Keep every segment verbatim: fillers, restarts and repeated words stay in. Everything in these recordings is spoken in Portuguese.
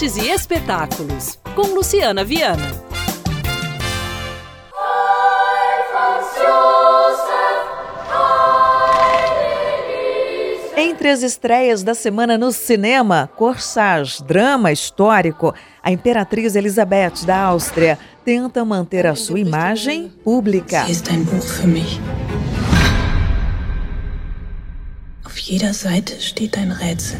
artes e espetáculos, com Luciana Viana. Entre as estreias da semana no cinema, Corsage, drama histórico, a Imperatriz Elizabeth da Áustria tenta manter a sua imagem pública. Hier ist ein Buch für mich. Auf jeder Seite steht ein Rätsel.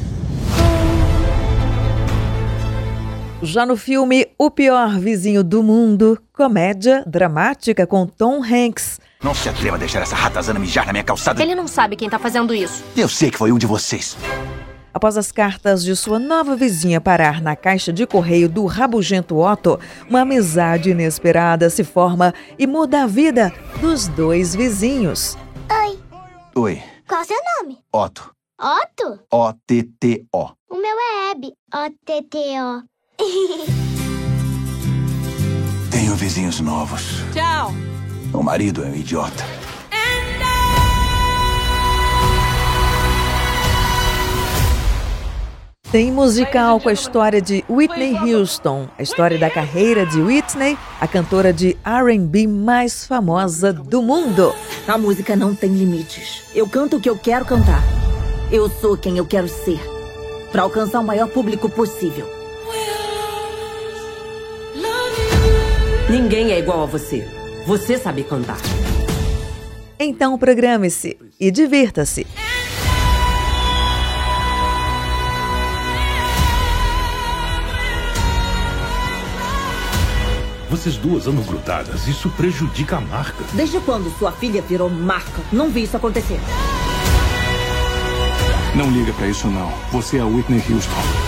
Já no filme O Pior Vizinho do Mundo, comédia dramática com Tom Hanks. Não se atreva a deixar essa ratazana mijar na minha calçada. Ele não sabe quem tá fazendo isso. Eu sei que foi um de vocês. Após as cartas de sua nova vizinha parar na caixa de correio do rabugento Otto, uma amizade inesperada se forma e muda a vida dos dois vizinhos. Oi. Oi. Qual o seu nome? Otto. Otto? O T T O. O meu é Abby. O T T O. Tenho vizinhos novos. Tchau. O marido é um idiota. Tem musical com a história de Whitney Houston, a história da carreira de Whitney, a cantora de R and B mais famosa do mundo. A música não tem limites. Eu canto o que eu quero cantar. Eu sou quem eu quero ser, para alcançar o maior público possível. Ninguém é igual a você. Você sabe cantar. Então programe-se e divirta-se. Vocês duas andam grudadas. Isso prejudica a marca. Desde quando sua filha virou marca? Não vi isso acontecer. Não liga pra isso, não. Você é a Whitney Houston.